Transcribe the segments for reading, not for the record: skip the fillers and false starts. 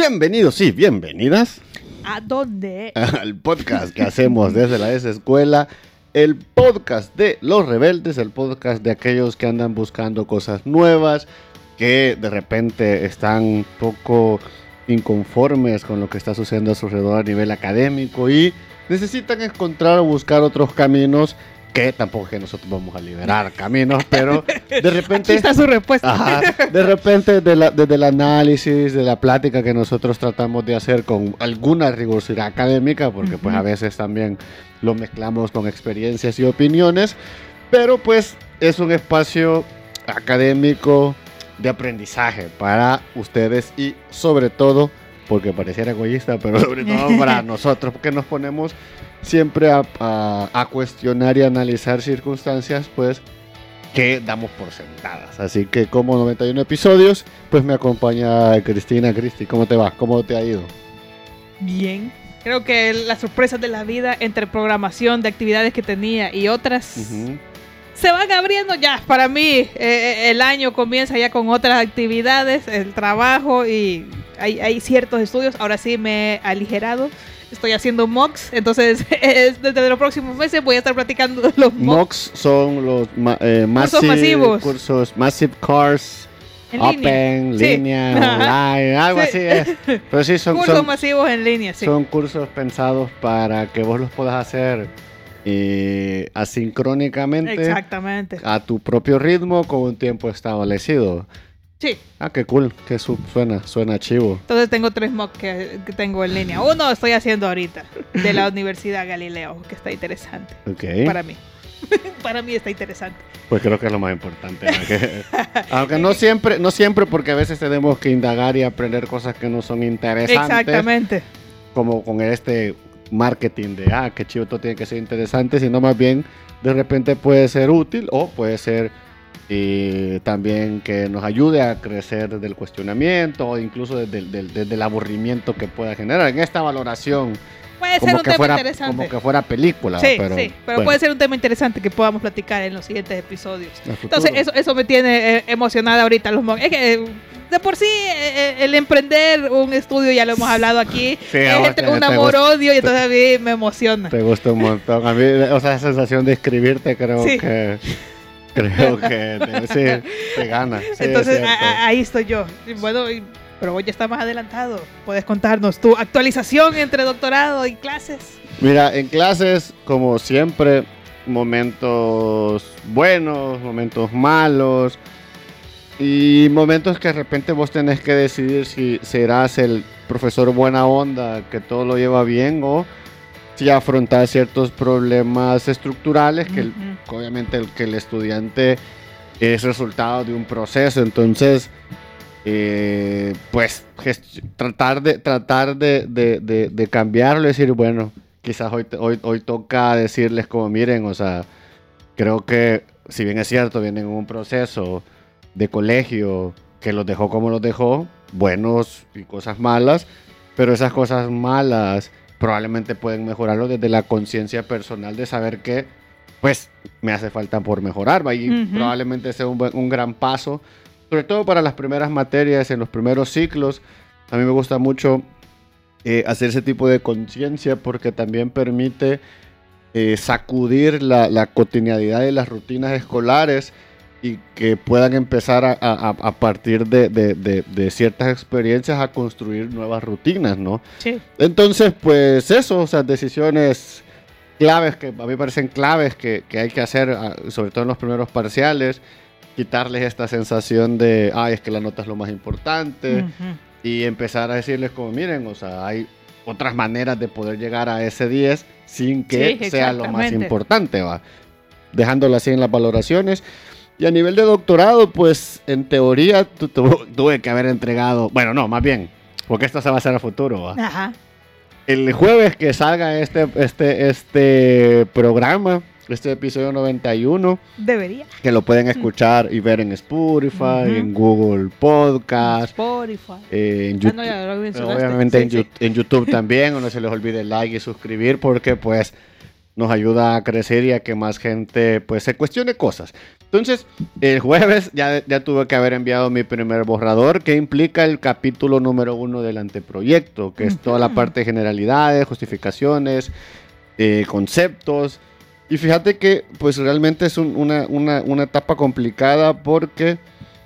Bienvenidos y bienvenidas. ¿A dónde? Al podcast que hacemos desde la Escuela, el podcast de los rebeldes, el podcast de aquellos que andan buscando cosas nuevas, que de repente están un poco inconformes con lo que está sucediendo a su alrededor a nivel académico y necesitan encontrar o buscar otros caminos. Que tampoco es que nosotros vamos a liberar caminos, pero de repente... Aquí está su respuesta. Ajá, de repente desde el análisis, de la plática que nosotros tratamos de hacer con alguna rigurosidad académica, porque pues a veces también lo mezclamos con experiencias y opiniones, pero pues es un espacio académico de aprendizaje para ustedes y sobre todo, porque pareciera egoísta, pero sobre todo para nosotros, porque nos ponemos siempre a cuestionar y analizar circunstancias pues que damos por sentadas. Así que como 91 episodios, pues me acompaña Cristina. Cristi, ¿cómo te va? ¿Cómo te ha ido? Bien. Creo que las sorpresas de la vida entre programación de actividades que tenía y otras se van abriendo ya. Para mí el año comienza ya con otras actividades, el trabajo y hay ciertos estudios. Ahora sí me he aligerado. Estoy haciendo mocks, entonces desde los próximos meses voy a estar practicando los mocks. Mocks son los cursos masivos. Cursos Massive Course, en Open, línea, online, algo así es. Pero sí, son cursos masivos en línea, sí. Son cursos pensados para que vos los puedas hacer asincrónicamente. Exactamente. A tu propio ritmo con un tiempo establecido. Sí. Ah, qué cool, que suena chivo. Entonces tengo 3 mocks que tengo en línea. Uno estoy haciendo ahorita, de la Universidad Galileo, que está interesante. Ok. Para mí. Para mí está interesante. Pues creo que es lo más importante. Aunque no siempre, porque a veces tenemos que indagar y aprender cosas que no son interesantes. Exactamente. Como con este marketing de, qué chivo, todo tiene que ser interesante, sino más bien, de repente puede ser útil o puede ser... y también que nos ayude a crecer desde el cuestionamiento o incluso desde el aburrimiento que pueda generar en esta valoración. Puede ser un tema interesante. Como que fuera película. Sí, pero bueno, puede ser un tema interesante que podamos platicar en los siguientes episodios. Entonces eso me tiene emocionada ahorita. Es que de por sí el emprender un estudio, ya lo hemos hablado aquí, sí, es un amor-odio y entonces a mí me emociona. Te gusta un montón. A mí, esa sensación de escribirte creo que te gana. Sí, entonces ahí estoy yo. Bueno, pero vos ya estás más adelantado. Puedes contarnos tu actualización entre doctorado y clases. Mira, en clases, como siempre, momentos buenos, momentos malos y momentos que de repente vos tenés que decidir si serás el profesor buena onda que todo lo lleva bien o si afrontar ciertos problemas estructurales que obviamente el estudiante es resultado de un proceso. Entonces pues tratar de cambiarlo y decir, bueno, quizás hoy toca decirles como, miren, o sea, creo que si bien es cierto, vienen en un proceso de colegio que los dejó como los dejó, buenos y cosas malas, pero esas cosas malas probablemente pueden mejorarlo desde la conciencia personal de saber que pues me hace falta por mejorar, y probablemente sea un gran paso, sobre todo para las primeras materias, en los primeros ciclos. A mí me gusta mucho hacer ese tipo de conciencia porque también permite sacudir la cotidianidad de las rutinas escolares y que puedan empezar a partir de ciertas experiencias a construir nuevas rutinas, ¿no? Sí. Entonces, pues eso, o sea, decisiones claves que a mí me parecen claves que hay que hacer, sobre todo en los primeros parciales, quitarles esta sensación de, es que la nota es lo más importante, y empezar a decirles como, miren, o sea, hay otras maneras de poder llegar a ese 10 sin que sea lo más importante, ¿va? Dejándolo así en las valoraciones. Y a nivel de doctorado, pues en teoría tuve que haber entregado, bueno, no, más bien, porque esto se va a hacer a futuro, ¿va? Ajá. El jueves que salga este programa, este episodio 91, debería, que lo pueden escuchar y ver en Spotify, en Google Podcast, Spotify, en YouTube, obviamente en YouTube también. No se les olvide like y suscribir, porque pues nos ayuda a crecer y a que más gente pues se cuestione cosas. Entonces, el jueves ya tuve que haber enviado mi primer borrador, que implica el capítulo número 1 del anteproyecto, que es toda la parte de generalidades, justificaciones, conceptos. Y fíjate que pues realmente es una etapa complicada porque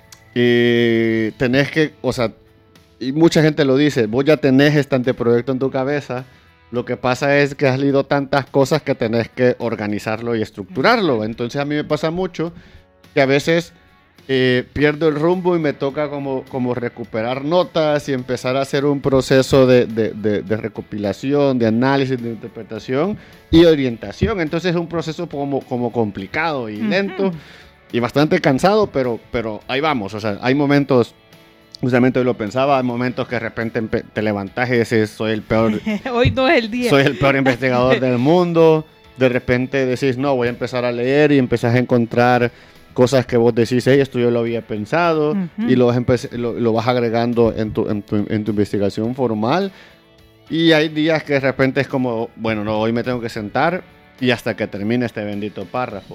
tenés que, o sea, y mucha gente lo dice, vos ya tenés este anteproyecto en tu cabeza, lo que pasa es que has leído tantas cosas que tenés que organizarlo y estructurarlo. Entonces a mí me pasa mucho que a veces pierdo el rumbo y me toca como recuperar notas y empezar a hacer un proceso de recopilación, de análisis, de interpretación y orientación. Entonces es un proceso como complicado y lento y bastante cansado, pero ahí vamos. O sea, hay momentos, justamente hoy lo pensaba, hay momentos que de repente te levantás y decís, soy el peor. Hoy no es el día. Soy el peor investigador del mundo. De repente decís, no, voy a empezar a leer y empezás a encontrar cosas que vos decís, hey, esto yo lo había pensado, y lo vas agregando en tu investigación formal. Y hay días que de repente es como, bueno, no, hoy me tengo que sentar y hasta que termine este bendito párrafo.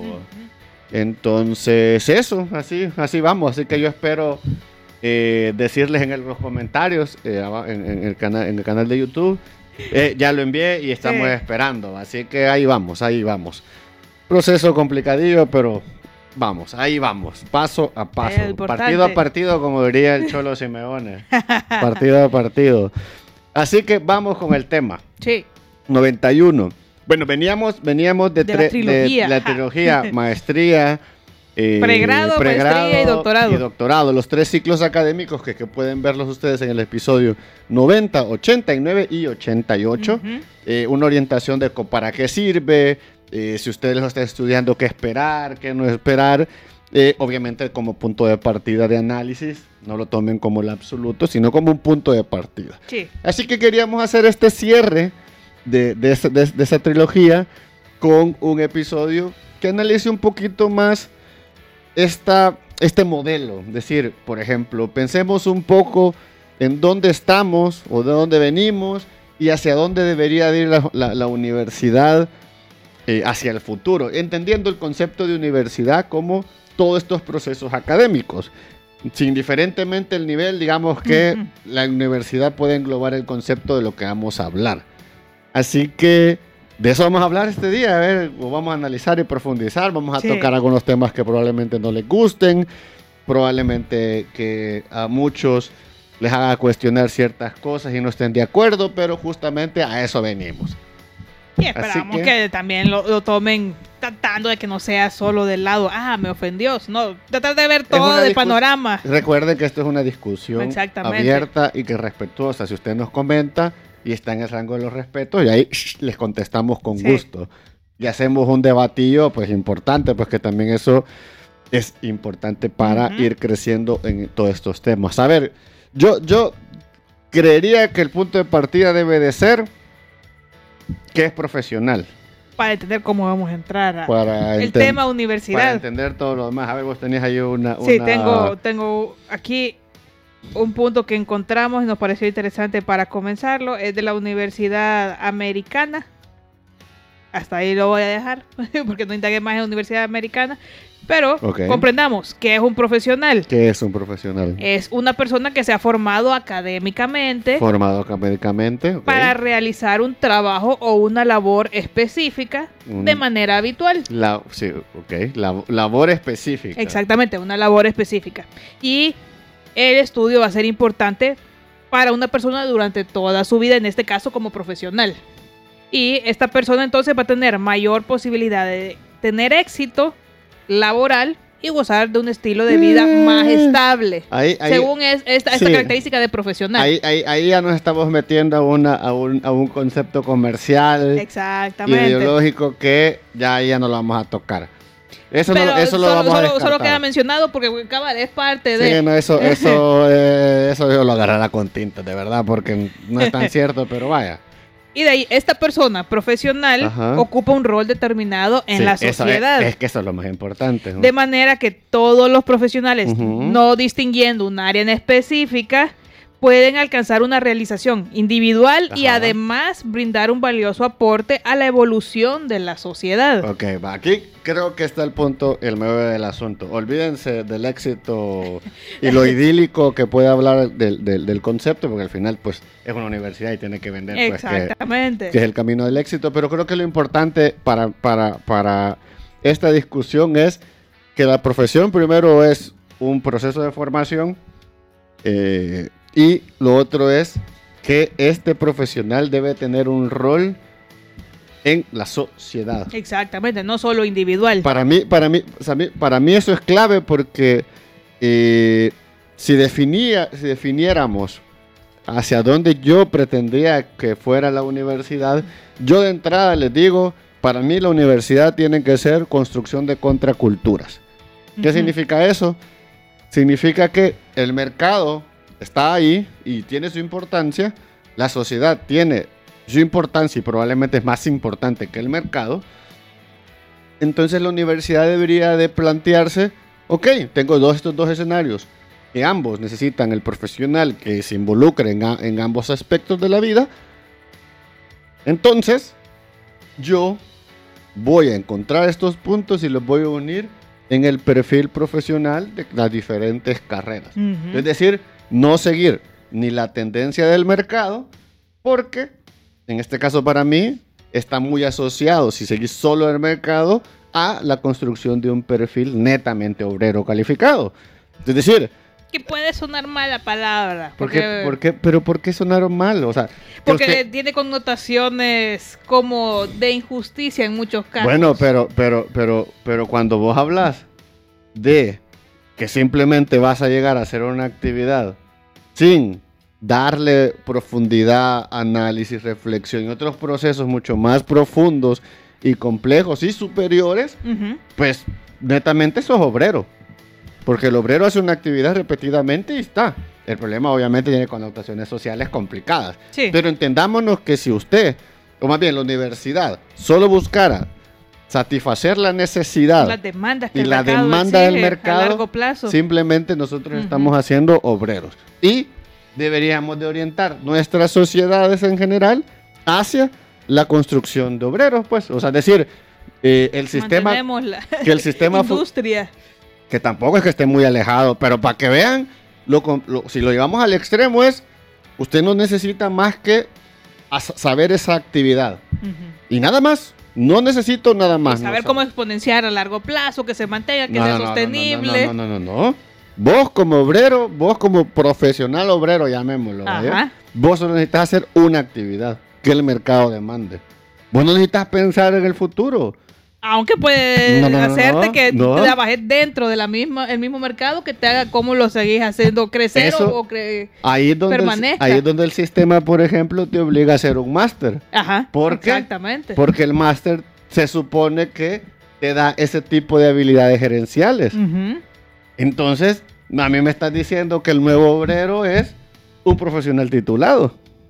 Entonces, eso, así vamos. Así que yo espero decirles en los comentarios, en el canal de YouTube, ya lo envié y estamos esperando. Así que ahí vamos. Proceso complicadillo, pero vamos, ahí vamos, paso a paso, partido a partido, como diría el Cholo Simeone, partido a partido. Así que vamos con el tema. Sí. 91. Bueno, veníamos de la trilogía maestría, pregrado, maestría y doctorado. Los 3 ciclos académicos que pueden verlos ustedes en el episodio 90, 89 y 88. Una orientación de para qué sirve. Si ustedes lo están estudiando, qué esperar, qué no esperar, obviamente como punto de partida de análisis, no lo tomen como el absoluto, sino como un punto de partida. Sí. Así que queríamos hacer este cierre de esa trilogía con un episodio que analice un poquito más este modelo. Es decir, por ejemplo, pensemos un poco en dónde estamos o de dónde venimos y hacia dónde debería ir la universidad hacia el futuro, entendiendo el concepto de universidad como todos estos procesos académicos. Indiferentemente el nivel, digamos que la universidad puede englobar el concepto de lo que vamos a hablar. Así que de eso vamos a hablar este día, a ver, vamos a analizar y profundizar, vamos a tocar algunos temas que probablemente no les gusten, probablemente que a muchos les haga cuestionar ciertas cosas y no estén de acuerdo, pero justamente a eso venimos. Y esperamos que también lo tomen tratando de que no sea solo del lado, me ofendió, no, tratar de ver todo el panorama. Recuerden que esto es una discusión abierta y que respetuosa. Si usted nos comenta y está en el rango de los respetos, y ahí les contestamos con gusto. Y hacemos un debatillo pues importante, pues que también eso es importante para ir creciendo en todos estos temas. A ver, yo creería que el punto de partida debe de ser que es profesional. Para entender cómo vamos a entrar el tema universidad. Para entender todo lo demás. A ver, vos tenías ahí una... Sí, tengo aquí un punto que encontramos y nos pareció interesante para comenzarlo. Es de la Universidad Americana. Hasta ahí lo voy a dejar, porque no indagué más en la Universidad Americana. Pero comprendamos que es un profesional. ¿Qué es un profesional? Es una persona que se ha formado académicamente. Para realizar un trabajo o una labor específica de manera habitual. Labor específica. Exactamente, una labor específica. Y el estudio va a ser importante para una persona durante toda su vida, en este caso como profesional. Y esta persona entonces va a tener mayor posibilidad de tener éxito laboral y gozar de un estilo de vida más estable, según esta característica de profesional. Ahí ya nos estamos metiendo a un concepto comercial, ideológico, que ya no lo vamos a tocar. Eso lo vamos a descartar. Solo queda mencionado porque es parte de... Sí, no, eso yo lo agarrará con tinta, de verdad, porque no es tan cierto, pero vaya. Y de ahí, esta persona profesional ocupa un rol determinado en la sociedad. Es que eso es lo más importante, ¿no? De manera que todos los profesionales, no distinguiendo un área en específica, pueden alcanzar una realización individual y Ajá. además brindar un valioso aporte a la evolución de la sociedad. Ok, va, aquí creo que está el punto, el meollo del asunto. Olvídense del éxito y lo idílico que puede hablar del concepto, porque al final pues es una universidad y tiene que vender pues, Exactamente. que es el camino del éxito. Pero creo que lo importante para esta discusión es que la profesión primero es un proceso de formación y lo otro es que este profesional debe tener un rol en la sociedad. Exactamente, no solo individual. Para mí eso es clave porque si definiéramos hacia dónde yo pretendía que fuera la universidad, yo de entrada les digo, para mí la universidad tiene que ser construcción de contraculturas. ¿Qué significa eso? Significa que el mercado está ahí y tiene su importancia, la sociedad tiene su importancia y probablemente es más importante que el mercado. Entonces la universidad debería de plantearse, ok, tengo estos dos escenarios, que ambos necesitan el profesional que se involucre en ambos aspectos de la vida. Entonces, yo voy a encontrar estos puntos y los voy a unir en el perfil profesional de las diferentes carreras. Es decir, no seguir ni la tendencia del mercado, porque en este caso para mí está muy asociado, si seguís solo el mercado, a la construcción de un perfil netamente obrero calificado. Es decir, que puede sonar mala palabra. ¿por qué sonaron mal? O sea, porque tiene connotaciones como de injusticia en muchos casos. Bueno, pero cuando vos hablas de que simplemente vas a llegar a hacer una actividad sin darle profundidad, análisis, reflexión y otros procesos mucho más profundos y complejos y superiores, pues netamente sos obrero. Porque el obrero hace una actividad repetidamente y está. El problema obviamente tiene connotaciones sociales complicadas. Sí. Pero entendámonos que si usted, o más bien la universidad, solo buscara satisfacer la necesidad las demandas que y el la mercado demanda del exige mercado, a largo plazo. simplemente nosotros estamos haciendo obreros. Y deberíamos de orientar nuestras sociedades en general hacia la construcción de obreros, pues. O sea, es decir, el sistema... que el sistema industria. Que tampoco es que esté muy alejado, pero para que vean, si lo llevamos al extremo es, usted no necesita más que saber esa actividad. Y nada más, no necesito nada más. Y saber cómo exponenciar a largo plazo, que se mantenga, que sea sostenible. No. Vos como obrero, vos como profesional obrero, llamémoslo, ¿vale? Vos solo necesitas hacer una actividad que el mercado demande. Vos no necesitas pensar en el futuro. Aunque puede hacerte que trabajes dentro de el mismo mercado, que te haga cómo lo seguís haciendo crecer ahí es donde permanezca. Ahí es donde el sistema, por ejemplo, te obliga a hacer un máster. Ajá, ¿Por qué? exactamente. Porque el máster se supone que te da ese tipo de habilidades gerenciales. Entonces, a mí me estás diciendo que el nuevo obrero es un profesional titulado.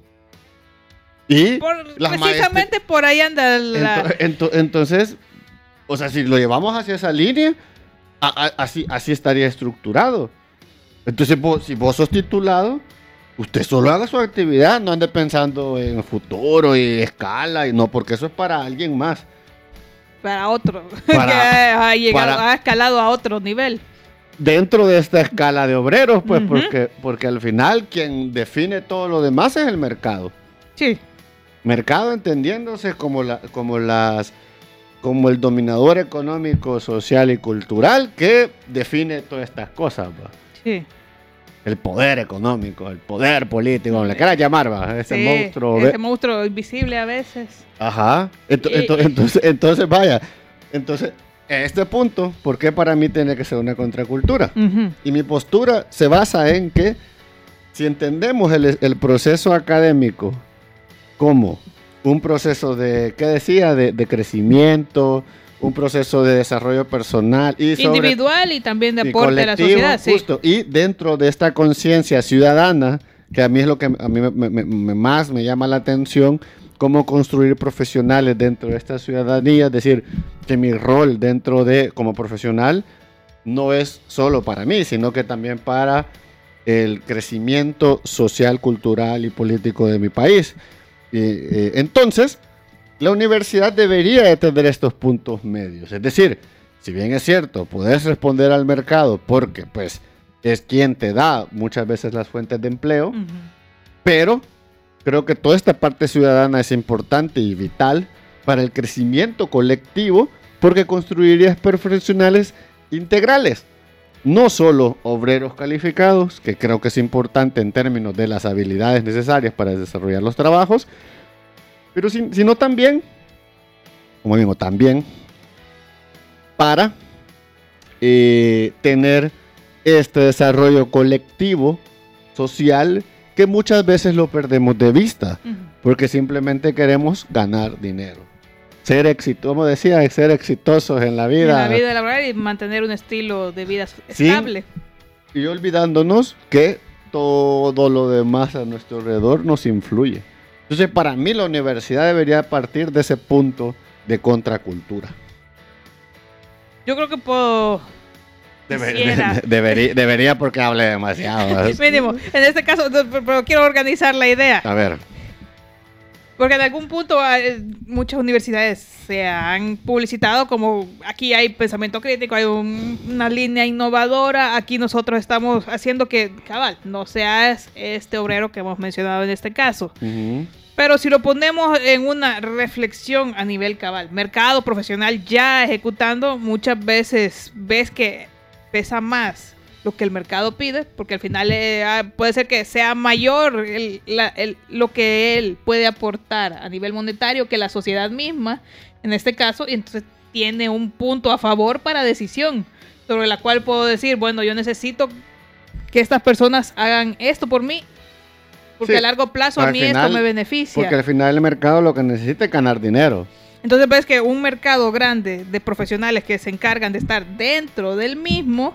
Y precisamente por ahí anda entonces, o sea, si lo llevamos hacia esa línea, así estaría estructurado. Entonces, si vos sos titulado, usted solo haga su actividad, no ande pensando en el futuro y escala, y no, porque eso es para alguien más. Para otro, que ha escalado a otro nivel. Dentro de esta escala de obreros, pues, porque al final quien define todo lo demás es el mercado. Sí. Mercado entendiéndose como el dominador económico, social y cultural que define todas estas cosas, ¿va? Sí. El poder económico, el poder político, como le quieras llamar, ¿va? Ese monstruo invisible a veces. Ajá. Entonces, vaya. Entonces, a este punto, ¿por qué para mí tiene que ser una contracultura? Y mi postura se basa en que si entendemos el proceso académico como un proceso de crecimiento, un proceso de desarrollo personal individual y también de aporte a la sociedad, justo, y dentro de esta conciencia ciudadana, que a mí es lo que a mí más me llama la atención, cómo construir profesionales dentro de esta ciudadanía, es decir, que mi rol como profesional no es solo para mí, sino que también para el crecimiento social, cultural y político de mi país. Entonces, la universidad debería de tener estos puntos medios. Es decir, si bien es cierto, puedes responder al mercado porque pues es quien te da muchas veces las fuentes de empleo, pero creo que toda esta parte ciudadana es importante y vital para el crecimiento colectivo porque construirías profesionales integrales. No solo obreros calificados, que creo que es importante en términos de las habilidades necesarias para desarrollar los trabajos, pero sino también, como digo, también para tener este desarrollo colectivo, social, que muchas veces lo perdemos de vista, porque simplemente queremos ganar dinero. Ser exitoso, como decía, ser exitosos en la vida. En la vida laboral y mantener un estilo de vida estable. Y olvidándonos que todo lo demás a nuestro alrededor nos influye. Entonces, para mí la universidad debería partir de ese punto de contracultura. Yo creo que puedo... Debería porque hable demasiado. Mínimo. En este caso, pero quiero organizar la idea. A ver. Porque en algún punto muchas universidades se han publicitado como aquí hay pensamiento crítico, hay una línea innovadora, aquí nosotros estamos haciendo que, cabal, no seas este obrero que hemos mencionado en este caso. Pero si lo ponemos en una reflexión a nivel cabal, mercado profesional ya ejecutando, muchas veces ves que pesa más lo que el mercado pide, porque al final puede ser que sea mayor lo que él puede aportar a nivel monetario que la sociedad misma, en este caso, y entonces tiene un punto a favor para decisión, sobre la cual puedo decir, bueno, yo necesito que estas personas hagan esto por mí, porque sí, a largo plazo a mí esto me beneficia. Porque al final el mercado lo que necesita es ganar dinero. Entonces ves que un mercado grande de profesionales que se encargan de estar dentro del mismo...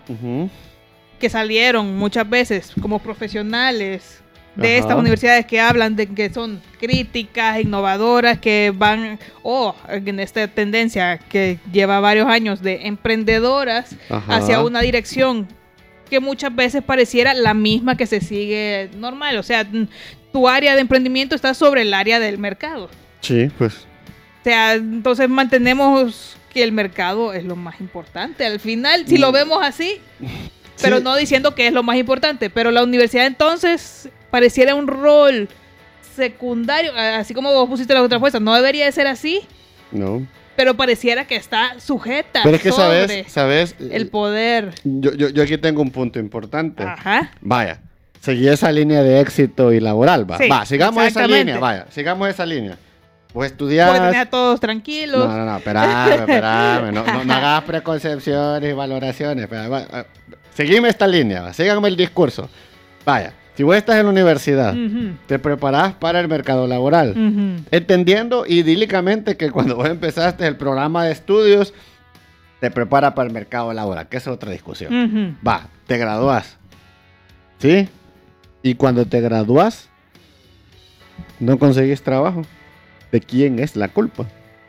que salieron muchas veces como profesionales de estas universidades que hablan de que son críticas, innovadoras, que van, en esta tendencia que lleva varios años de emprendedoras hacia una dirección que muchas veces pareciera la misma que se sigue normal. O sea, tu área de emprendimiento está sobre el área del mercado. Sí, pues. O sea, entonces mantenemos que el mercado es lo más importante. Al final, si lo vemos así... Pero sí, no diciendo que es lo más importante, pero la universidad entonces pareciera un rol secundario, así como vos pusiste la otra fuerza, no debería de ser así. No. Pero pareciera que está sujeta pero es que sobre sabes el poder. Yo aquí tengo un punto importante. Ajá. Vaya, seguí esa línea de éxito y laboral, va. Sí, va, sigamos esa línea, vaya, sigamos esa línea. Vos estudiás... Puedes tener a todos tranquilos. No, espérame, no hagas preconcepciones y valoraciones. Seguime esta línea, síganme el discurso. Vaya, si vos estás en la universidad, te preparás para el mercado laboral, entendiendo idílicamente que cuando vos empezaste el programa de estudios, te prepara para el mercado laboral, que es otra discusión. Va, te gradúas, ¿sí? Y cuando te gradúas, no conseguís trabajo. ¿De quién es la culpa?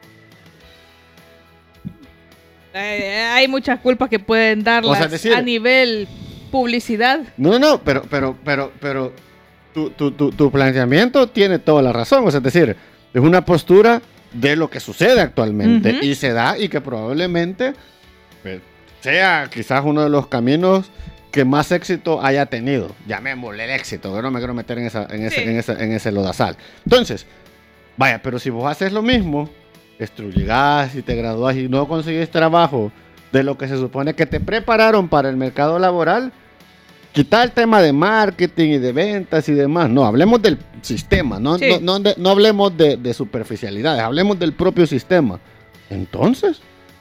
Hay muchas culpas que pueden darlas, o sea, a nivel publicidad. No, pero tu planteamiento tiene toda la razón. O sea, es decir, es una postura de lo que sucede actualmente y se da y que probablemente sea quizás uno de los caminos que más éxito haya tenido. Llamémosle el éxito, yo no me quiero meter en ese lodazal. Entonces, vaya, pero si vos haces lo mismo, llegás y te gradúas y no consigues trabajo de lo que se supone que te prepararon para el mercado laboral, quita el tema de marketing y de ventas y demás. No, hablemos del sistema, no hablemos de superficialidades, hablemos del propio sistema. Entonces,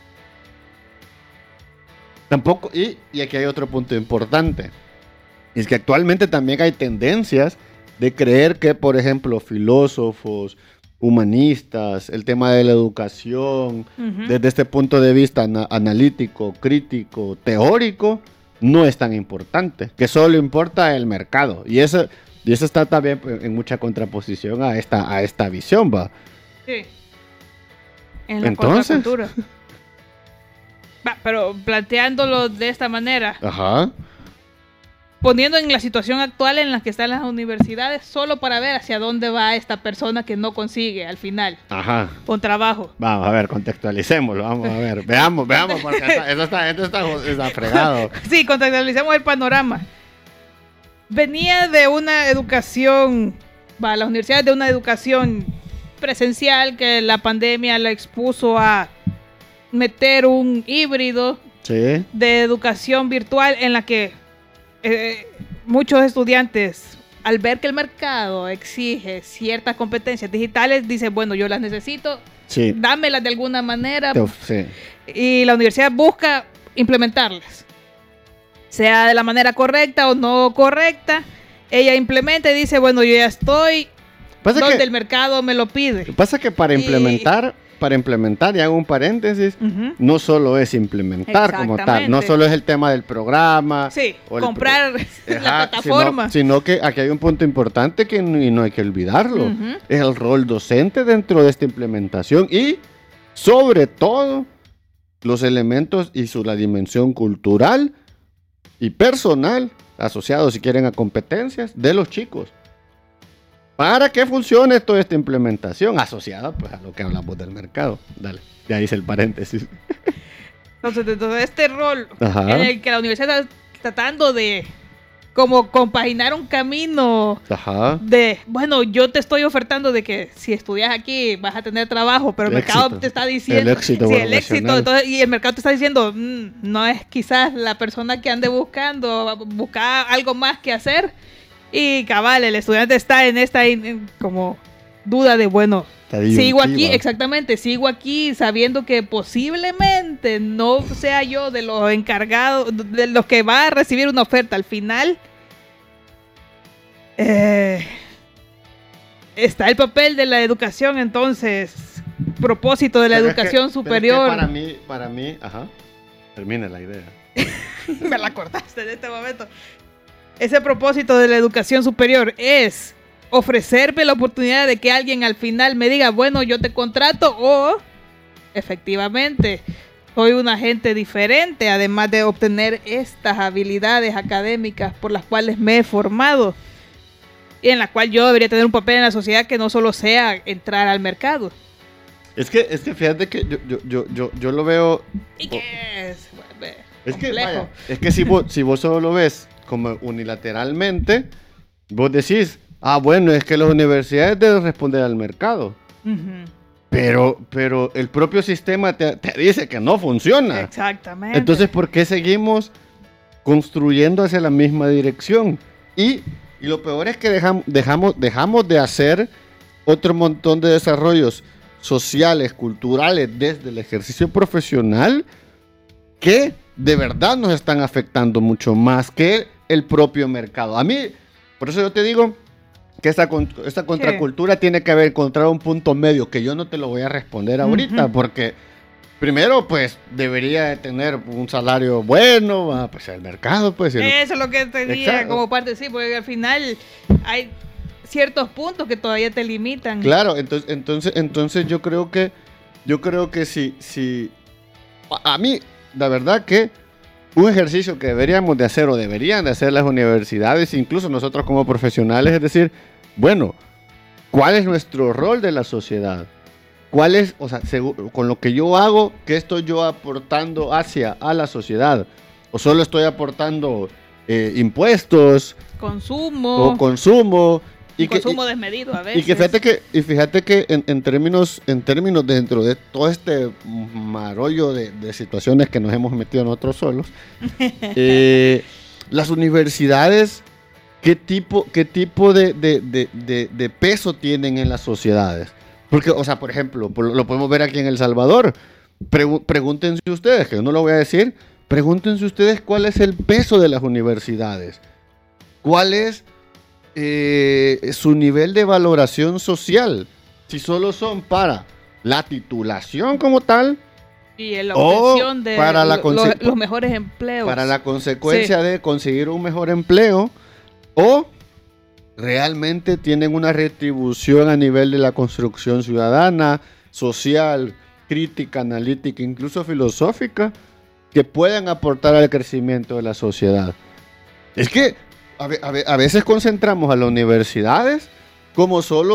tampoco, y aquí hay otro punto importante, es que actualmente también hay tendencias de creer que, por ejemplo, filósofos, humanistas, el tema de la educación, desde este punto de vista analítico, crítico, teórico, no es tan importante, que solo importa el mercado. Y eso está también en mucha contraposición a esta visión, ¿va? Sí. En la contracultura. Va, pero planteándolo de esta manera. Ajá. poniendo en la situación actual en la que están las universidades, solo para ver hacia dónde va esta persona que no consigue al final un trabajo. Vamos a ver, contextualicémoslo, vamos a ver, veamos, porque esto está fregado. Sí, contextualicemos el panorama. Venía de una educación, las universidades de una educación presencial que la pandemia la expuso a meter un híbrido de educación virtual en la que muchos estudiantes, al ver que el mercado exige ciertas competencias digitales, dicen, bueno, yo las necesito, dámelas de alguna manera. Y la universidad busca implementarlas, sea de la manera correcta o no correcta. Ella implementa y dice, bueno, yo ya estoy donde el mercado me lo pide. Pasa que para implementar, y hago un paréntesis, no solo es implementar como tal, no solo es el tema del programa. Sí, comprar la plataforma. Sino que aquí hay un punto importante que no hay que olvidarlo. Es el rol docente dentro de esta implementación y, sobre todo, los elementos y la dimensión cultural y personal asociados, si quieren, a competencias de los chicos. Para que funcione toda esta implementación asociada pues a lo que hablamos del mercado. Dale, ya hice el paréntesis. Entonces este rol en el que la universidad está tratando de como compaginar un camino de, bueno, yo te estoy ofertando de que si estudias aquí vas a tener trabajo, pero el mercado te está diciendo el éxito, entonces, y el mercado te está diciendo, no es quizás la persona que ande buscar algo más que hacer. Y cabal, el estudiante está en esta como duda de, bueno, sigo aquí sabiendo que posiblemente no sea yo de los encargados, de los que va a recibir una oferta al final. Está el papel de la educación, entonces, propósito de la educación superior. Para mí, termina la idea. Me la cortaste en este momento. Ese propósito de la educación superior es ofrecerme la oportunidad de que alguien al final me diga, bueno, yo te contrato, o efectivamente soy un agente diferente, además de obtener estas habilidades académicas por las cuales me he formado y en la cual yo debería tener un papel en la sociedad que no solo sea entrar al mercado. Es que fíjate que yo lo veo. ¿Y qué es? Es que, vaya, es que si vos solo lo ves como unilateralmente, vos decís, bueno, es que las universidades deben responder al mercado. Pero el propio sistema te dice que no funciona. Exactamente. Entonces, ¿por qué seguimos construyendo hacia la misma dirección? Y lo peor es que dejamos de hacer otro montón de desarrollos sociales, culturales, desde el ejercicio profesional, que de verdad nos están afectando mucho más que el propio mercado. A mí, por eso yo te digo que esta contracultura tiene que haber encontrado un punto medio, que yo no te lo voy a responder ahorita, porque primero, pues, debería de tener un salario bueno, pues el mercado, pues. Eso es lo que tenía como parte, sí, porque al final hay ciertos puntos que todavía te limitan. Claro, entonces yo creo que si a mí, la verdad que un ejercicio que deberíamos de hacer o deberían de hacer las universidades, incluso nosotros como profesionales, es decir, bueno, ¿cuál es nuestro rol de la sociedad? ¿Cuál es, con lo que yo hago, qué estoy yo aportando a la sociedad? ¿O solo estoy aportando impuestos? Consumo. Y consumo desmedido a veces. Y fíjate que en términos dentro de todo este marollo de situaciones que nos hemos metido nosotros solos, las universidades, ¿qué tipo de peso tienen en las sociedades? Porque, por ejemplo, lo podemos ver aquí en El Salvador. Pregúntense ustedes, que yo no lo voy a decir, pregúntense ustedes cuál es el peso de las universidades. ¿Cuál es su nivel de valoración social? Si solo son para la titulación como tal, y la obtención de para los mejores empleos, para la consecuencia de conseguir un mejor empleo, o realmente tienen una retribución a nivel de la construcción ciudadana, social, crítica, analítica, incluso filosófica, que puedan aportar al crecimiento de la sociedad. Es que A veces concentramos a las universidades como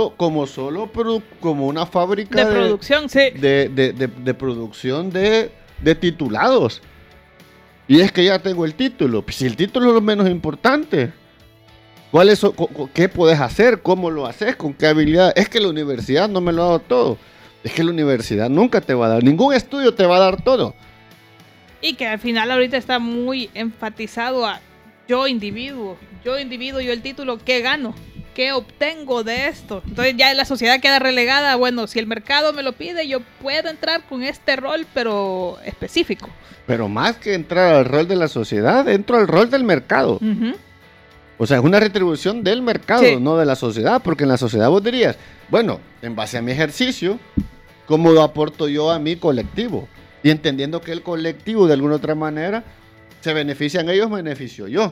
una fábrica de producción, sí. De producción de titulados. Y es que ya tengo el título. Pues si el título es lo menos importante. ¿Qué puedes hacer? ¿Cómo lo haces? ¿Con qué habilidad? Es que la universidad no me lo ha dado todo. Es que la universidad nunca te va a dar. Ningún estudio te va a dar todo. Y que al final ahorita está muy enfatizado a yo individuo, yo el título, ¿qué gano? ¿Qué obtengo de esto? Entonces ya la sociedad queda relegada, bueno, si el mercado me lo pide, yo puedo entrar con este rol, pero específico. Pero más que entrar al rol de la sociedad, entro al rol del mercado. Uh-huh. O sea, es una retribución del mercado, sí, no de la sociedad, porque en la sociedad vos dirías, bueno, en base a mi ejercicio, ¿cómo lo aporto yo a mi colectivo? Y entendiendo que el colectivo de alguna otra manera se benefician ellos, me beneficio yo.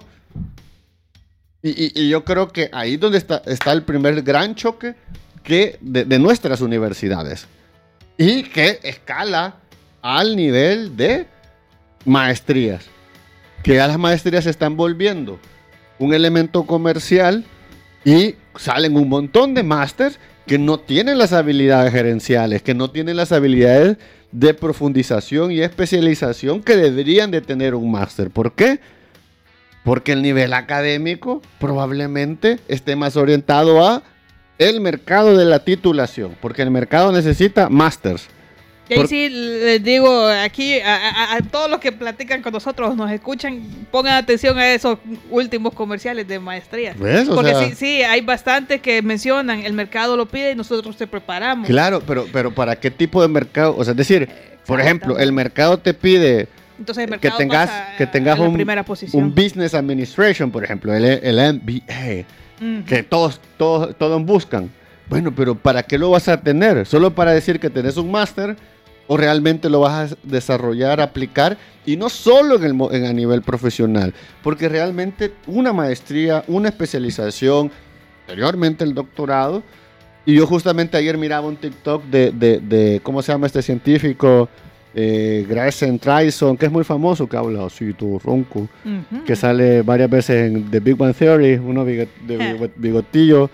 Y yo creo que ahí es donde está el primer gran choque de nuestras universidades. Y que escala al nivel de maestrías. Que ya las maestrías se están volviendo un elemento comercial y salen un montón de másters que no tienen las habilidades gerenciales, que no tienen las habilidades de profundización y especialización que deberían de tener un máster. ¿Por qué? Porque el nivel académico probablemente esté más orientado a el mercado de la titulación, porque el mercado necesita másters. Y ahí sí les digo, aquí a todos los que platican con nosotros, nos escuchan, pongan atención a esos últimos comerciales de maestrías. ¿Ves? Porque sí, hay bastantes que mencionan, el mercado lo pide y nosotros te preparamos. Claro, pero ¿para qué tipo de mercado? O sea, es decir, por ejemplo, el mercado te pide entonces el mercado que tengas un Business Administration, por ejemplo, el MBA, uh-huh, que todos buscan. Bueno, pero ¿para qué lo vas a tener? ¿Solo para decir que tenés un máster? ¿O realmente lo vas a desarrollar, aplicar? Y no solo a nivel profesional, porque realmente una maestría, una especialización, anteriormente el doctorado, y yo justamente ayer miraba un TikTok de ¿cómo se llama este científico? Grayson Trison, que es muy famoso, que habla así, todo ronco, uh-huh, que sale varias veces en The Big Bang Theory, uno de bigotillo,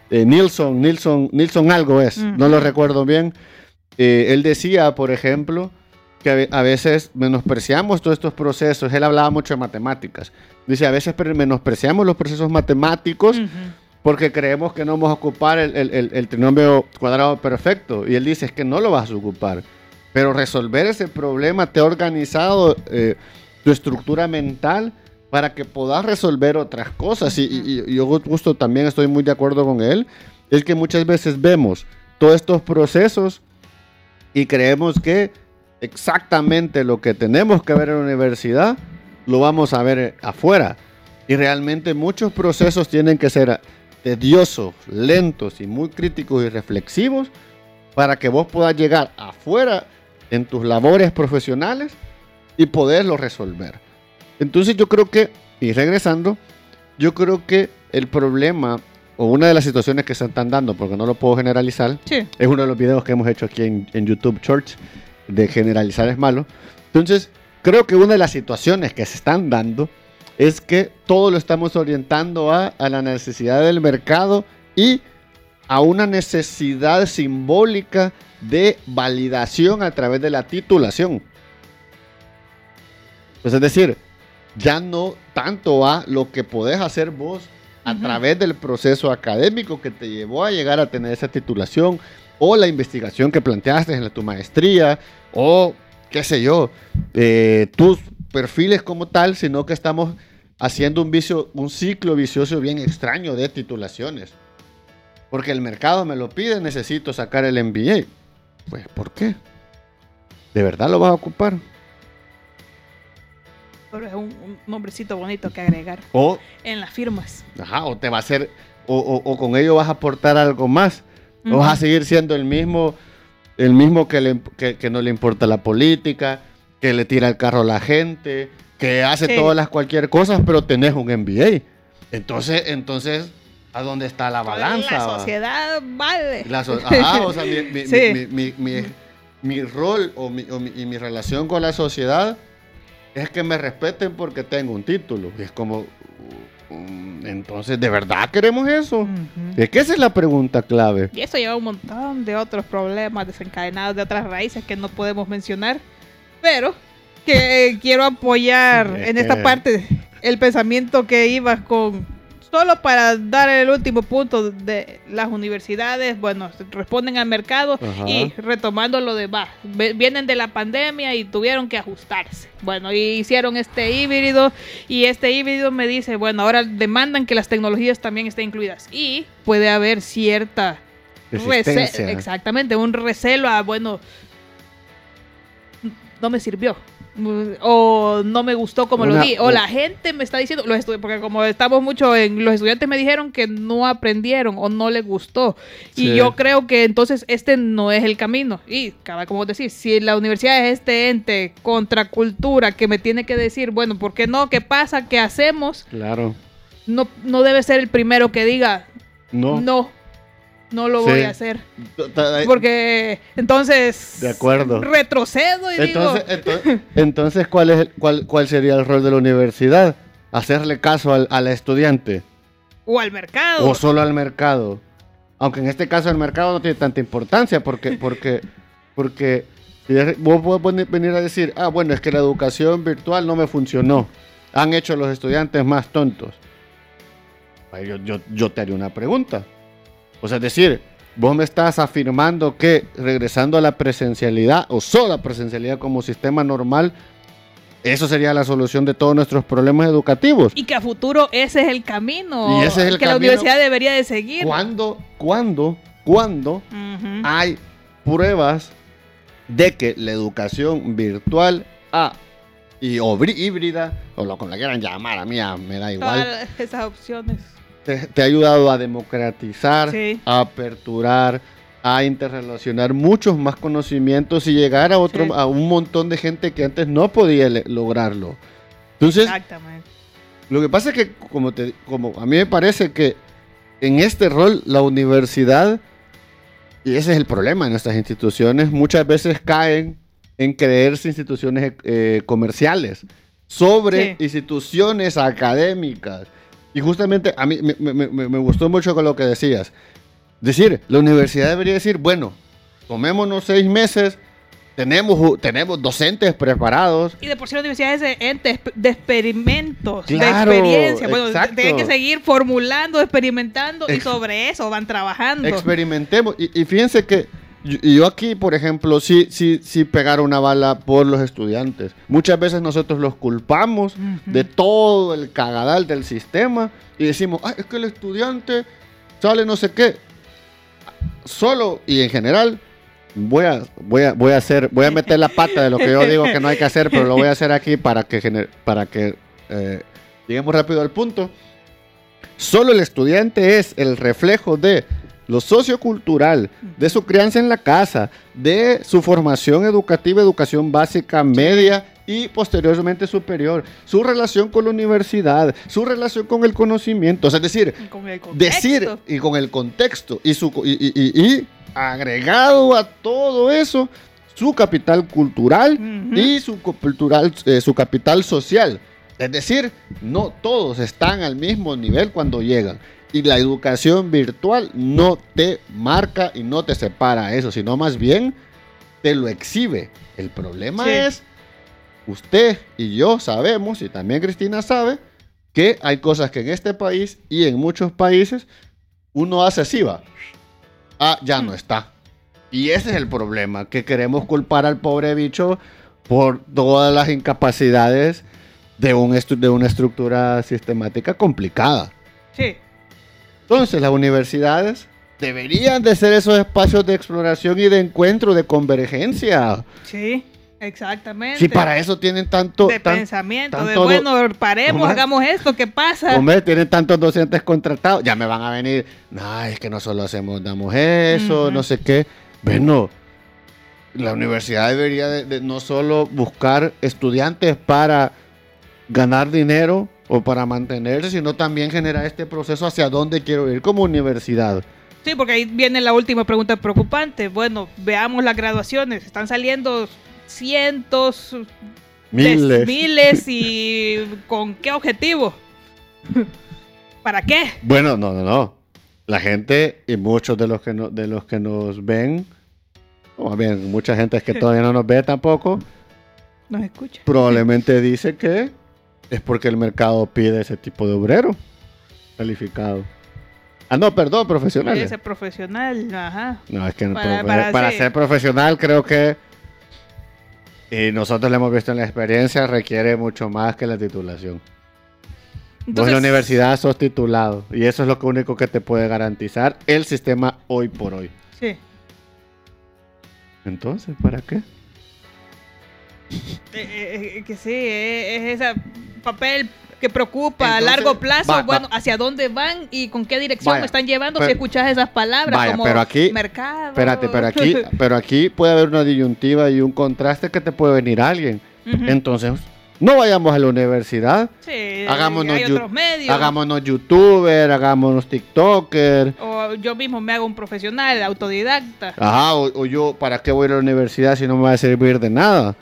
Nilsson algo es, uh-huh, no lo recuerdo bien. Él decía, por ejemplo, que a veces menospreciamos todos estos procesos. Él hablaba mucho de matemáticas. Dice, a veces menospreciamos los procesos matemáticos, uh-huh, porque creemos que no vamos a ocupar el trinomio cuadrado perfecto. Y él dice, es que no lo vas a ocupar. Pero resolver ese problema te ha organizado tu estructura mental para que puedas resolver otras cosas. Y yo justo también estoy muy de acuerdo con él. Es que muchas veces vemos todos estos procesos y creemos que exactamente lo que tenemos que ver en la universidad lo vamos a ver afuera. Y realmente muchos procesos tienen que ser tediosos, lentos y muy críticos y reflexivos para que vos puedas llegar afuera en tus labores profesionales y poderlo resolver. Entonces yo creo que, y regresando, yo creo que el problema o una de las situaciones que se están dando, porque no lo puedo generalizar, sí, es uno de los videos que hemos hecho aquí en YouTube Church, de generalizar es malo. Entonces, creo que una de las situaciones que se están dando es que todo lo estamos orientando a la necesidad del mercado y a una necesidad simbólica de validación a través de la titulación. Pues es decir, ya no tanto a lo que podés hacer vos a uh-huh, través del proceso académico que te llevó a llegar a tener esa titulación, o la investigación que planteaste en tu maestría, o qué sé yo, tus perfiles como tal, sino que estamos haciendo un ciclo vicioso bien extraño de titulaciones. Porque el mercado me lo pide, necesito sacar el MBA. Pues, ¿por qué? ¿De verdad lo vas a ocupar? Pero es un nombrecito bonito que agregar en las firmas. Ajá, o te va a hacer, o con ello vas a aportar algo más. Uh-huh. O vas a seguir siendo el mismo que no le importa la política, que le tira el carro a la gente, que hace sí, cualquier cosa, pero tenés un MBA. Entonces, ¿a dónde está la balanza? La sociedad vale. O sea, mi rol y mi relación con la sociedad es que me respeten porque tengo un título. Y es como, Entonces, ¿de verdad queremos eso? Ujú. Es que esa es la pregunta clave. Y eso lleva un montón de otros problemas desencadenados de otras raíces que no podemos mencionar, pero que quiero apoyar Sí, en esta parte el pensamiento que ibas con, solo para dar el último punto de las universidades, bueno, responden al mercado. Ajá. Y retomando lo de vienen de la pandemia y tuvieron que ajustarse. Bueno, y hicieron este híbrido y este híbrido me dice, bueno, ahora demandan que las tecnologías también estén incluidas y puede haber cierta Resistencia. exactamente, un recelo a, bueno, no me sirvió. O no me gustó como lo di. O la gente me está diciendo, porque como estamos mucho en, los estudiantes me dijeron que no aprendieron o no les gustó. Sí. Y yo creo que entonces este no es el camino. Y, como decir, si la universidad es este ente contracultura que me tiene que decir, bueno, ¿por qué no? ¿Qué pasa? ¿Qué hacemos? Claro. No debe ser el primero que diga, no lo voy a hacer. Porque entonces de acuerdo. Retrocedo y entonces ¿cuál sería el rol de la universidad? ¿Hacerle caso al estudiante? O al mercado. O solo al mercado. Aunque en este caso el mercado no tiene tanta importancia porque vos podés venir a decir, bueno, es que la educación virtual no me funcionó. Han hecho a los estudiantes más tontos. Yo te haría una pregunta. O sea, es decir, vos me estás afirmando que regresando a la presencialidad o solo la presencialidad como sistema normal, eso sería la solución de todos nuestros problemas educativos. Y que a futuro ese es el camino. Y ese es el que camino. La universidad debería de seguir. ¿Cuándo hay pruebas de que la educación virtual y híbrida, o como la quieran llamar, a mí me da igual. Todas esas opciones. Te ha ayudado a democratizar, sí, a aperturar, a interrelacionar muchos más conocimientos y llegar a a un montón de gente que antes no podía lograrlo. Entonces, exactamente. Lo que pasa es que, como a mí me parece que en este rol la universidad, y ese es el problema de nuestras instituciones, muchas veces caen en creerse instituciones comerciales sobre instituciones académicas. Y justamente a mí me gustó mucho con lo que decías. Decir, la universidad debería decir, bueno, tomémonos 6 meses, tenemos docentes preparados. Y de por sí la universidad es ente de experimentos, claro, de experiencia. Bueno, exacto. tienen que seguir formulando, experimentando y sobre eso van trabajando. Experimentemos. Y fíjense que yo aquí, por ejemplo, sí pegar una bala por los estudiantes. Muchas veces nosotros los culpamos de todo el cagadal del sistema y decimos, es que el estudiante sale no sé qué. Solo y en general voy a meter la pata de lo que yo digo que no hay que hacer, pero lo voy a hacer aquí para que lleguemos rápido al punto. Solo el estudiante es el reflejo de lo sociocultural, de su crianza en la casa, de su formación educativa, educación básica, media y posteriormente superior, su relación con la universidad, su relación con el conocimiento, o sea, es decir, y con el contexto y agregado a todo eso, su capital cultural y su capital social. Es decir, no todos están al mismo nivel cuando llegan. Y la educación virtual no te marca y no te separa eso, sino más bien te lo exhibe. El problema es, usted y yo sabemos, y también Cristina sabe, que hay cosas que en este país y en muchos países uno hace así, va. Ya no está. Y ese es el problema, que queremos culpar al pobre bicho por todas las incapacidades de una estructura sistemática complicada. Sí. Entonces, las universidades deberían de ser esos espacios de exploración y de encuentro, de convergencia. Sí, exactamente. Si para eso tienen tanto... pensamiento, bueno, paremos, hagamos esto, ¿qué pasa? Tienen tantos docentes contratados, ya me van a venir, es que no solo damos eso, no sé qué. Bueno, la universidad debería de no solo buscar estudiantes para ganar dinero o para mantenerse, sino también generar este proceso hacia dónde quiero ir como universidad. Sí, porque ahí viene la última pregunta preocupante. Bueno, veamos las graduaciones. Están saliendo cientos, miles y ¿con qué objetivo? ¿Para qué? Bueno, no. La gente y muchos de los que nos ven, o más bien mucha gente es que todavía no nos ve tampoco, Nos escucha. probablemente dice que es porque el mercado pide ese tipo de obrero calificado. Ah, no, perdón, profesional. Ese profesional, ajá. No, es que Para ser profesional creo que, y nosotros lo hemos visto en la experiencia, requiere mucho más que la titulación. Vos en la universidad sos titulado y eso es lo único que te puede garantizar el sistema hoy por hoy. Sí. Entonces, ¿para qué? Que sí, es ese papel que preocupa. Entonces, a largo plazo, hacia dónde van y con qué dirección me están llevando, si escuchas esas palabras como pero aquí, mercado. Espérate, pero aquí puede haber una disyuntiva y un contraste que te puede venir alguien. Entonces, no vayamos a la universidad. Sí, hagámonos hay otros medios. Hagámonos youtuber, hagámonos tiktoker. O yo mismo me hago un profesional, autodidacta. Ajá, o yo, ¿para qué voy a ir a la universidad si no me va a servir de nada?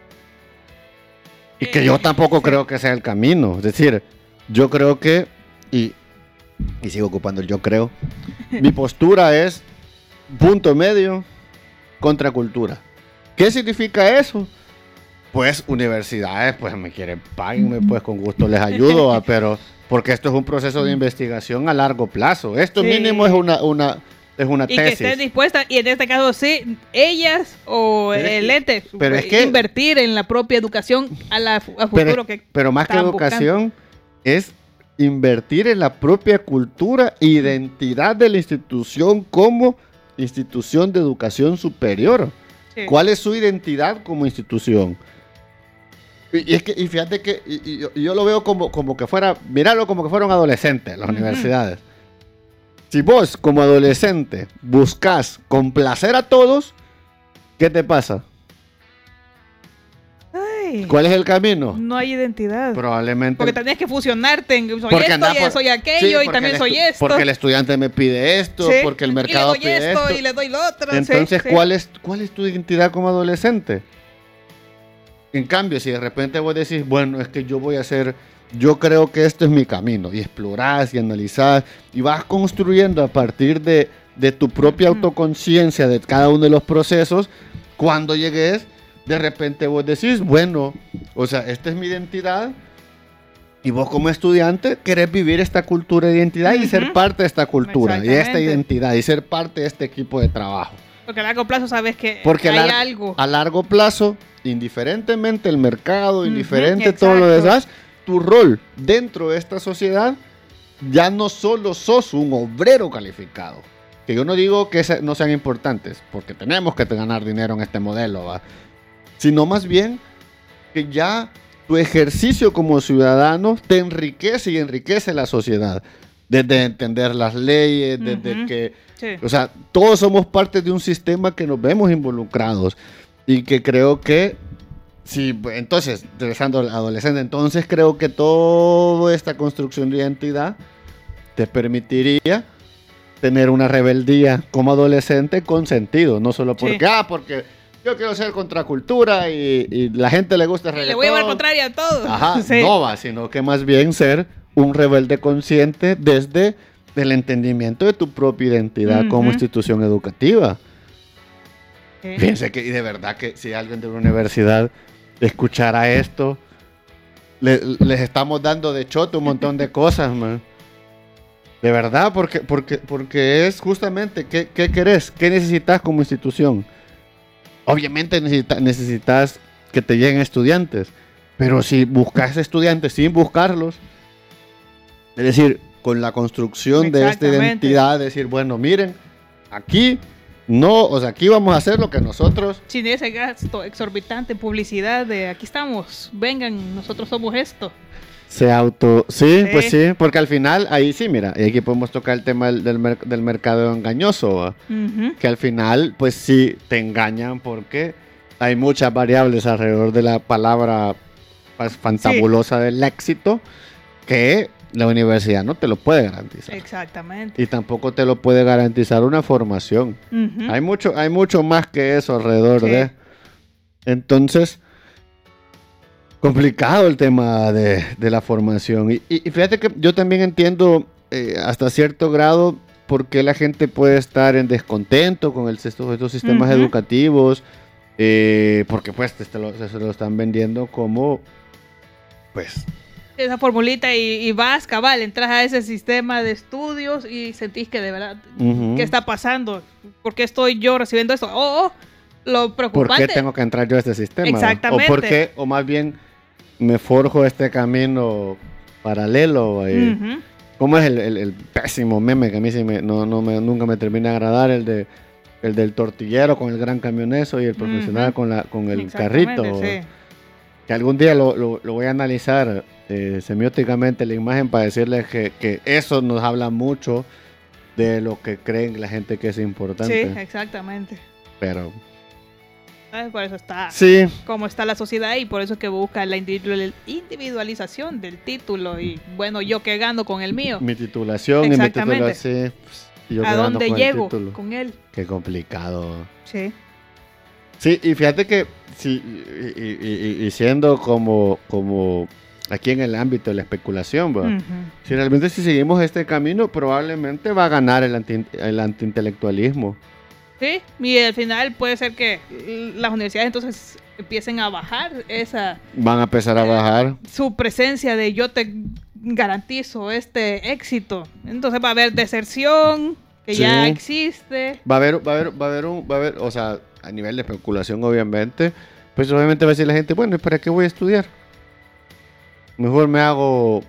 Y que yo tampoco creo que sea el camino. Es decir, yo creo que, y sigo ocupando el yo creo, mi postura es punto medio contra cultura. ¿Qué significa eso? Pues universidades, pues me quieren, páguenme, pues con gusto les ayudo, pero porque esto es un proceso de investigación a largo plazo. Esto mínimo es una tesis. Y que estén dispuestas, y en este caso sí, ellas o el ente, invertir en la propia educación a futuro. Pero más que educación, es invertir en la propia cultura e identidad de la institución como institución de educación superior. Sí. ¿Cuál es su identidad como institución? Y fíjate que yo lo veo como que fuera, míralo como que fueran adolescentes las universidades. Si vos como adolescente buscas complacer a todos, ¿qué te pasa? Ay, ¿cuál es el camino? No hay identidad. Probablemente. Porque tenés que fusionarte en soy esto, soy aquello, y también soy esto. Porque el estudiante me pide esto, porque el mercado pide esto. Y le doy lo otro. Entonces, ¿cuál es tu identidad como adolescente? En cambio, si de repente vos decís, bueno, es que yo creo que esto es mi camino, y explorás y analizás, y vas construyendo a partir de tu propia autoconciencia de cada uno de los procesos, cuando llegues, de repente vos decís, bueno, o sea, esta es mi identidad, y vos como estudiante querés vivir esta cultura de identidad y ser parte de esta cultura, y esta identidad, y ser parte de este equipo de trabajo. Porque a largo plazo sabes que hay algo. A largo plazo, indiferentemente el mercado, indiferente todo lo demás, tu rol dentro de esta sociedad ya no solo sos un obrero calificado. Que yo no digo que no sean importantes, porque tenemos que ganar dinero en este modelo, ¿va? Sino más bien que ya tu ejercicio como ciudadano te enriquece y enriquece la sociedad. Desde entender las leyes, desde que... Sí. O sea, todos somos parte de un sistema que nos vemos involucrados y que creo que, sí, entonces, regresando al adolescente, entonces creo que toda esta construcción de identidad te permitiría tener una rebeldía como adolescente con sentido, no solo porque, porque yo quiero ser contracultura y la gente le gusta el reggaetón. Le voy a llevar contraria a todo. Ajá, no va, sino que más bien ser un rebelde consciente desde el entendimiento de tu propia identidad como institución educativa. Fíjense que, y de verdad que si alguien de una universidad escuchara esto, les estamos dando de choto un montón de cosas, man. De verdad, porque es justamente, ¿qué querés? ¿Qué necesitas como institución? Obviamente necesitas que te lleguen estudiantes, pero si buscas estudiantes sin buscarlos, es decir, con la construcción de esta identidad, decir, bueno, miren, aquí aquí vamos a hacer lo que nosotros... Sin ese gasto exorbitante, publicidad de aquí estamos, vengan, nosotros somos esto. Sí, pues sí, porque al final, ahí sí, mira, y aquí podemos tocar el tema del mercado engañoso, que al final, pues sí, te engañan porque hay muchas variables alrededor de la palabra fantabulosa del éxito que la universidad no te lo puede garantizar. Exactamente. Y tampoco te lo puede garantizar una formación. Hay mucho más que eso alrededor de... Entonces, complicado el tema de la formación. Y fíjate que yo también entiendo hasta cierto grado por qué la gente puede estar en descontento con estos sistemas educativos, porque pues se lo están vendiendo como, pues... Esa formulita y vas, cabal, entras a ese sistema de estudios y sentís que de verdad, ¿qué está pasando? ¿Por qué estoy yo recibiendo esto? Lo preocupante. ¿Por qué tengo que entrar yo a este sistema? Exactamente. O más bien me forjo este camino paralelo. ¿Cómo es el pésimo meme que a mí nunca me termina de agradar? El del tortillero con el gran camioneso y el profesional con el carrito. Sí. Que algún día lo voy a analizar semióticamente la imagen para decirles que eso nos habla mucho de lo que creen la gente que es importante. Sí, exactamente. Pero... Por eso está como está la sociedad y por eso es que busca la individualización del título y bueno, yo que gano con el mío. Mi titulación y mi titulación. ¿A dónde llego con él? Qué complicado. Sí. Sí, y fíjate que sí, y siendo como aquí en el ámbito de la especulación, si realmente si seguimos este camino, probablemente va a ganar el antiintelectualismo. Sí, y al final puede ser que las universidades entonces empiecen a bajar esa... Van a empezar a bajar. Su presencia de yo te garantizo este éxito. Entonces va a haber deserción, que ya existe. Va a haber, o sea, a nivel de especulación obviamente, pues obviamente va a decir la gente, bueno, ¿y para qué voy a estudiar? Mejor me hago...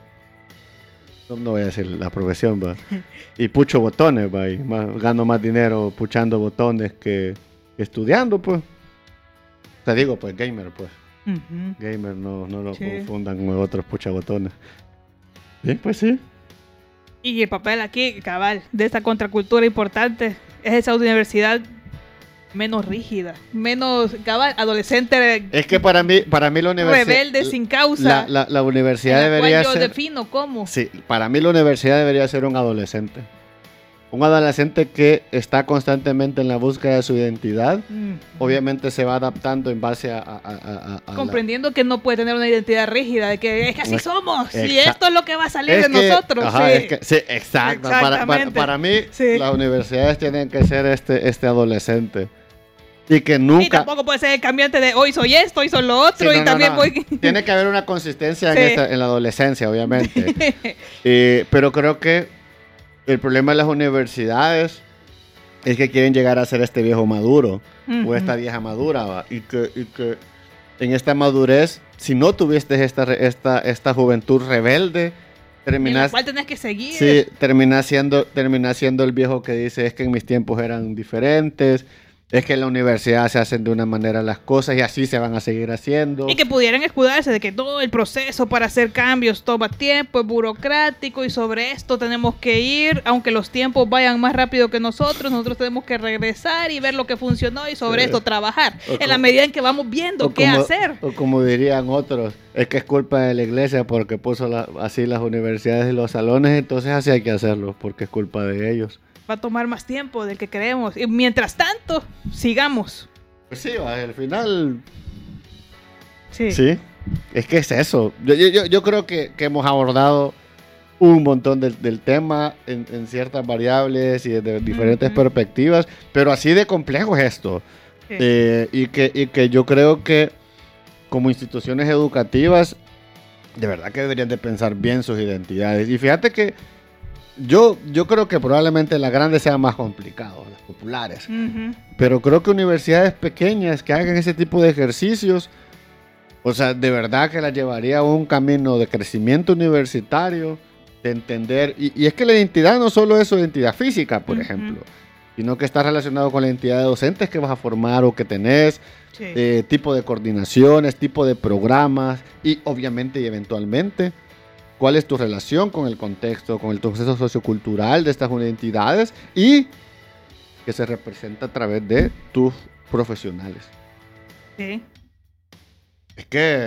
No voy a decir la profesión, va. Y pucho botones, va. Y gano más dinero puchando botones que estudiando, pues. Te digo, pues, gamer, pues. Gamer, no lo confundan con otros puchabotones. Sí, pues sí. Y el papel aquí, cabal, de esta contracultura importante es esa universidad menos rígida, menos cabal, adolescente. Es que para mí la universidad... Rebelde sin causa. La universidad debería ser... yo defino cómo. Sí, para mí la universidad debería ser un adolescente. Un adolescente que está constantemente en la búsqueda de su identidad. Obviamente se va adaptando en base a comprendiendo que no puede tener una identidad rígida, de que es que así somos, y esto es lo que va a salir de nosotros. Ajá, sí, exacto. Para mí, las universidades tienen que ser este adolescente. Y que nunca... Y tampoco puede ser el cambiante de hoy soy esto, hoy soy lo otro, y también voy... Tiene que haber una consistencia en la adolescencia, obviamente. Pero creo que el problema de las universidades es que quieren llegar a ser este viejo maduro o esta vieja madura, ¿va? Y que en esta madurez, si no tuviste esta juventud rebelde, terminás... En la cual tenés que seguir. Sí, terminás siendo el viejo que dice, es que en mis tiempos eran diferentes... Es que en la universidad se hacen de una manera las cosas y así se van a seguir haciendo. Y que pudieran escudarse de que todo el proceso para hacer cambios toma tiempo, es burocrático y sobre esto tenemos que ir, aunque los tiempos vayan más rápido que nosotros tenemos que regresar y ver lo que funcionó y sobre esto trabajar. En la medida en que vamos viendo qué hacer. O como dirían otros, es que es culpa de la iglesia porque puso así las universidades y los salones, entonces así hay que hacerlo porque es culpa de ellos. Va a tomar más tiempo del que creemos. Y mientras tanto, sigamos. Pues sí, al final... Sí. Sí, es que es eso. Yo creo que hemos abordado un montón del tema en ciertas variables y de diferentes perspectivas, pero así de complejo es esto. Sí. Y que yo creo que como instituciones educativas, de verdad que deberían de pensar bien sus identidades. Y fíjate que yo creo que probablemente las grandes sean más complicadas, las populares. Pero creo que universidades pequeñas que hagan ese tipo de ejercicios, o sea, de verdad que las llevaría a un camino de crecimiento universitario, de entender. Y es que la identidad no solo es su identidad física, por ejemplo, sino que está relacionado con la identidad de docentes que vas a formar o que tenés, tipo de coordinaciones, tipo de programas y obviamente y eventualmente cuál es tu relación con el contexto, con el proceso sociocultural de estas identidades y que se representa a través de tus profesionales. Sí. Es que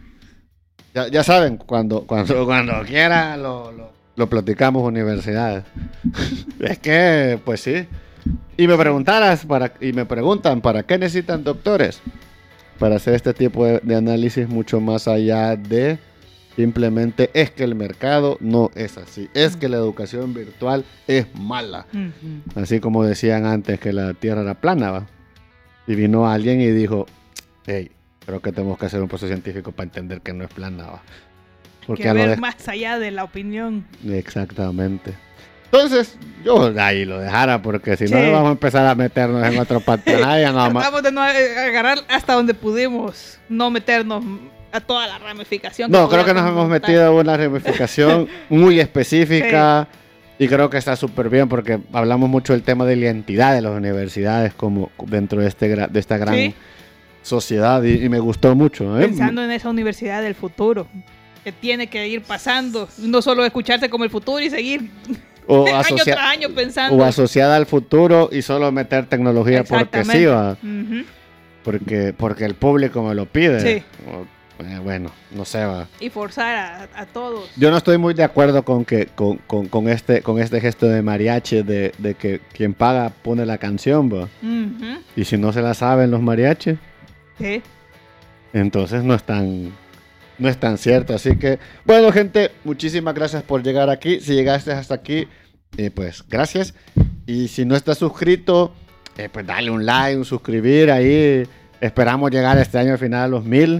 ya saben, cuando quieran lo platicamos universidades. Es que, pues sí. Y me preguntan, ¿para qué necesitan doctores? para hacer este tipo de análisis mucho más allá de simplemente es que el mercado no es así, es que la educación virtual es mala. Así como decían antes que la Tierra era plana, ¿va? Y vino alguien y dijo, hey, creo que tenemos que hacer un proceso científico para entender que no es plana, ¿va? Porque que ver más allá de la opinión. Exactamente. Entonces, yo ahí lo dejara, porque si no vamos a empezar a meternos en otro pantalla. Tratamos de no agarrar hasta donde pudimos, no meternos a toda la ramificación. No, creo que nos hemos metido en una ramificación muy específica y creo que está súper bien porque hablamos mucho del tema de la identidad de las universidades como dentro de, de esta gran sociedad y me gustó mucho. Pensando en esa universidad del futuro, que tiene que ir pasando, no solo escucharse como el futuro y seguir... año tras año pensando. O asociada al futuro y solo meter tecnología porque sí, ¿va? Porque el público me lo pide. Sí. Bueno, no sé, va. Y forzar a todos. Yo no estoy muy de acuerdo con este gesto de mariachi de que quien paga pone la canción, va. Y si no se la saben los mariachis, entonces no es tan cierto. Así que, bueno, gente, muchísimas gracias por llegar aquí. Si llegaste hasta aquí, pues gracias. Y si no estás suscrito, pues dale un like, un suscribir ahí. Esperamos llegar este año al final a los 1000.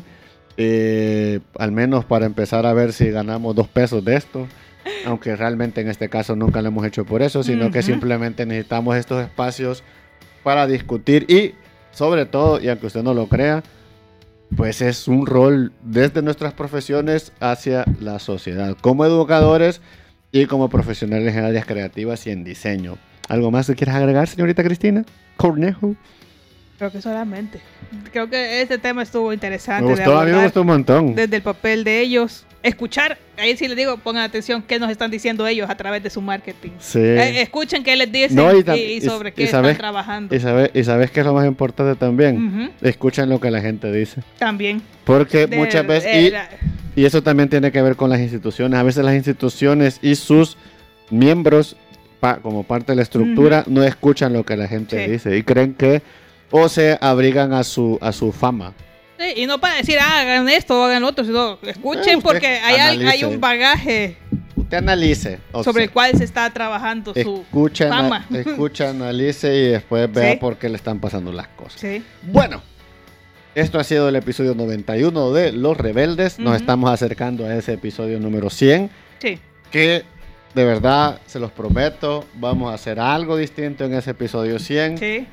Al menos para empezar a ver si ganamos 2 pesos de esto. Aunque realmente en este caso nunca lo hemos hecho por eso, sino que simplemente necesitamos estos espacios para discutir y, sobre todo, y aunque usted no lo crea, pues es un rol desde nuestras profesiones hacia la sociedad, como educadores y como profesionales en áreas creativas y en diseño. ¿Algo más que quieras agregar, señorita Cristina Cornejo? Creo que solamente. Creo que este tema estuvo interesante. Me gustó, a mí me gustó un montón. Desde el papel de ellos. Escuchar, ahí sí les digo, pongan atención qué nos están diciendo ellos a través de su marketing. Sí. Escuchen qué les dicen y sobre qué están trabajando. Y sabes qué es lo más importante también. Escuchen lo que la gente dice. También. Porque muchas veces, y eso también tiene que ver con las instituciones. A veces las instituciones y sus miembros, como parte de la estructura, no escuchan lo que la gente dice y creen que o se abrigan a su fama. Sí, y no para decir, hagan esto o hagan lo otro, sino escuchen porque hay un bagaje. Usted analice. Sobre el cual se está trabajando su fama. Escucha, analice y después vea por qué le están pasando las cosas. Sí. Bueno, esto ha sido el episodio 91 de Los Rebeldes. Nos estamos acercando a ese episodio número 100. Sí. Que de verdad, se los prometo, vamos a hacer algo distinto en ese episodio 100. Sí.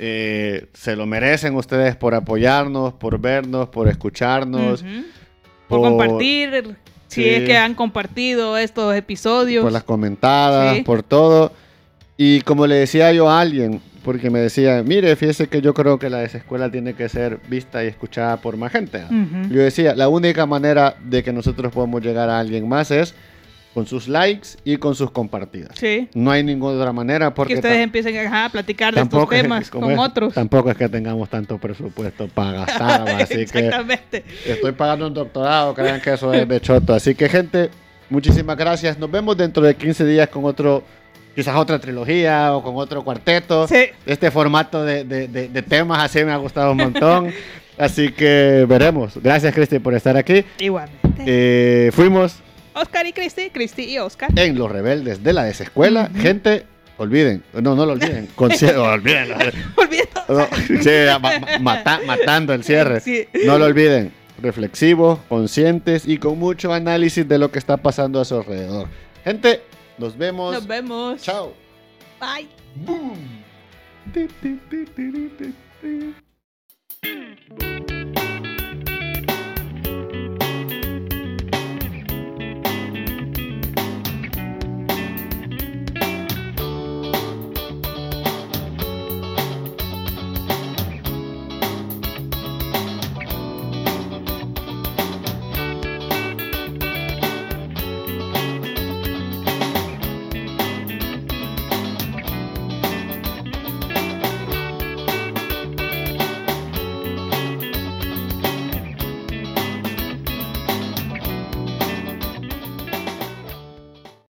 Se lo merecen ustedes por apoyarnos, por vernos, por escucharnos. Por compartir, si es que han compartido estos episodios. Por las comentadas, por todo. Y como le decía yo a alguien, porque me decía, mire, fíjese que yo creo que la desescuela tiene que ser vista y escuchada por más gente. Yo decía, la única manera de que nosotros podamos llegar a alguien más es con sus likes y con sus compartidas. Sí. No hay ninguna otra manera porque... Que ustedes empiecen a platicar de estos temas con otros. Tampoco es que tengamos tanto presupuesto para gastar, así Exactamente. Que estoy pagando un doctorado, crean que eso es de choto. Así que, gente, muchísimas gracias. Nos vemos dentro de 15 días con quizás otra trilogía o con otro cuarteto. Sí. Este formato de temas así me ha gustado un montón. Así que veremos. Gracias, Cristi, por estar aquí. Igualmente. Fuimos... Oscar y Cristi y Oscar. En Los Rebeldes de la Desescuela. Gente, olviden. No lo olviden. Olvídenlo. Matando el cierre. Sí. No lo olviden. Reflexivos, conscientes y con mucho análisis de lo que está pasando a su alrededor. Gente, nos vemos. Nos vemos. Chao. Bye. Boom.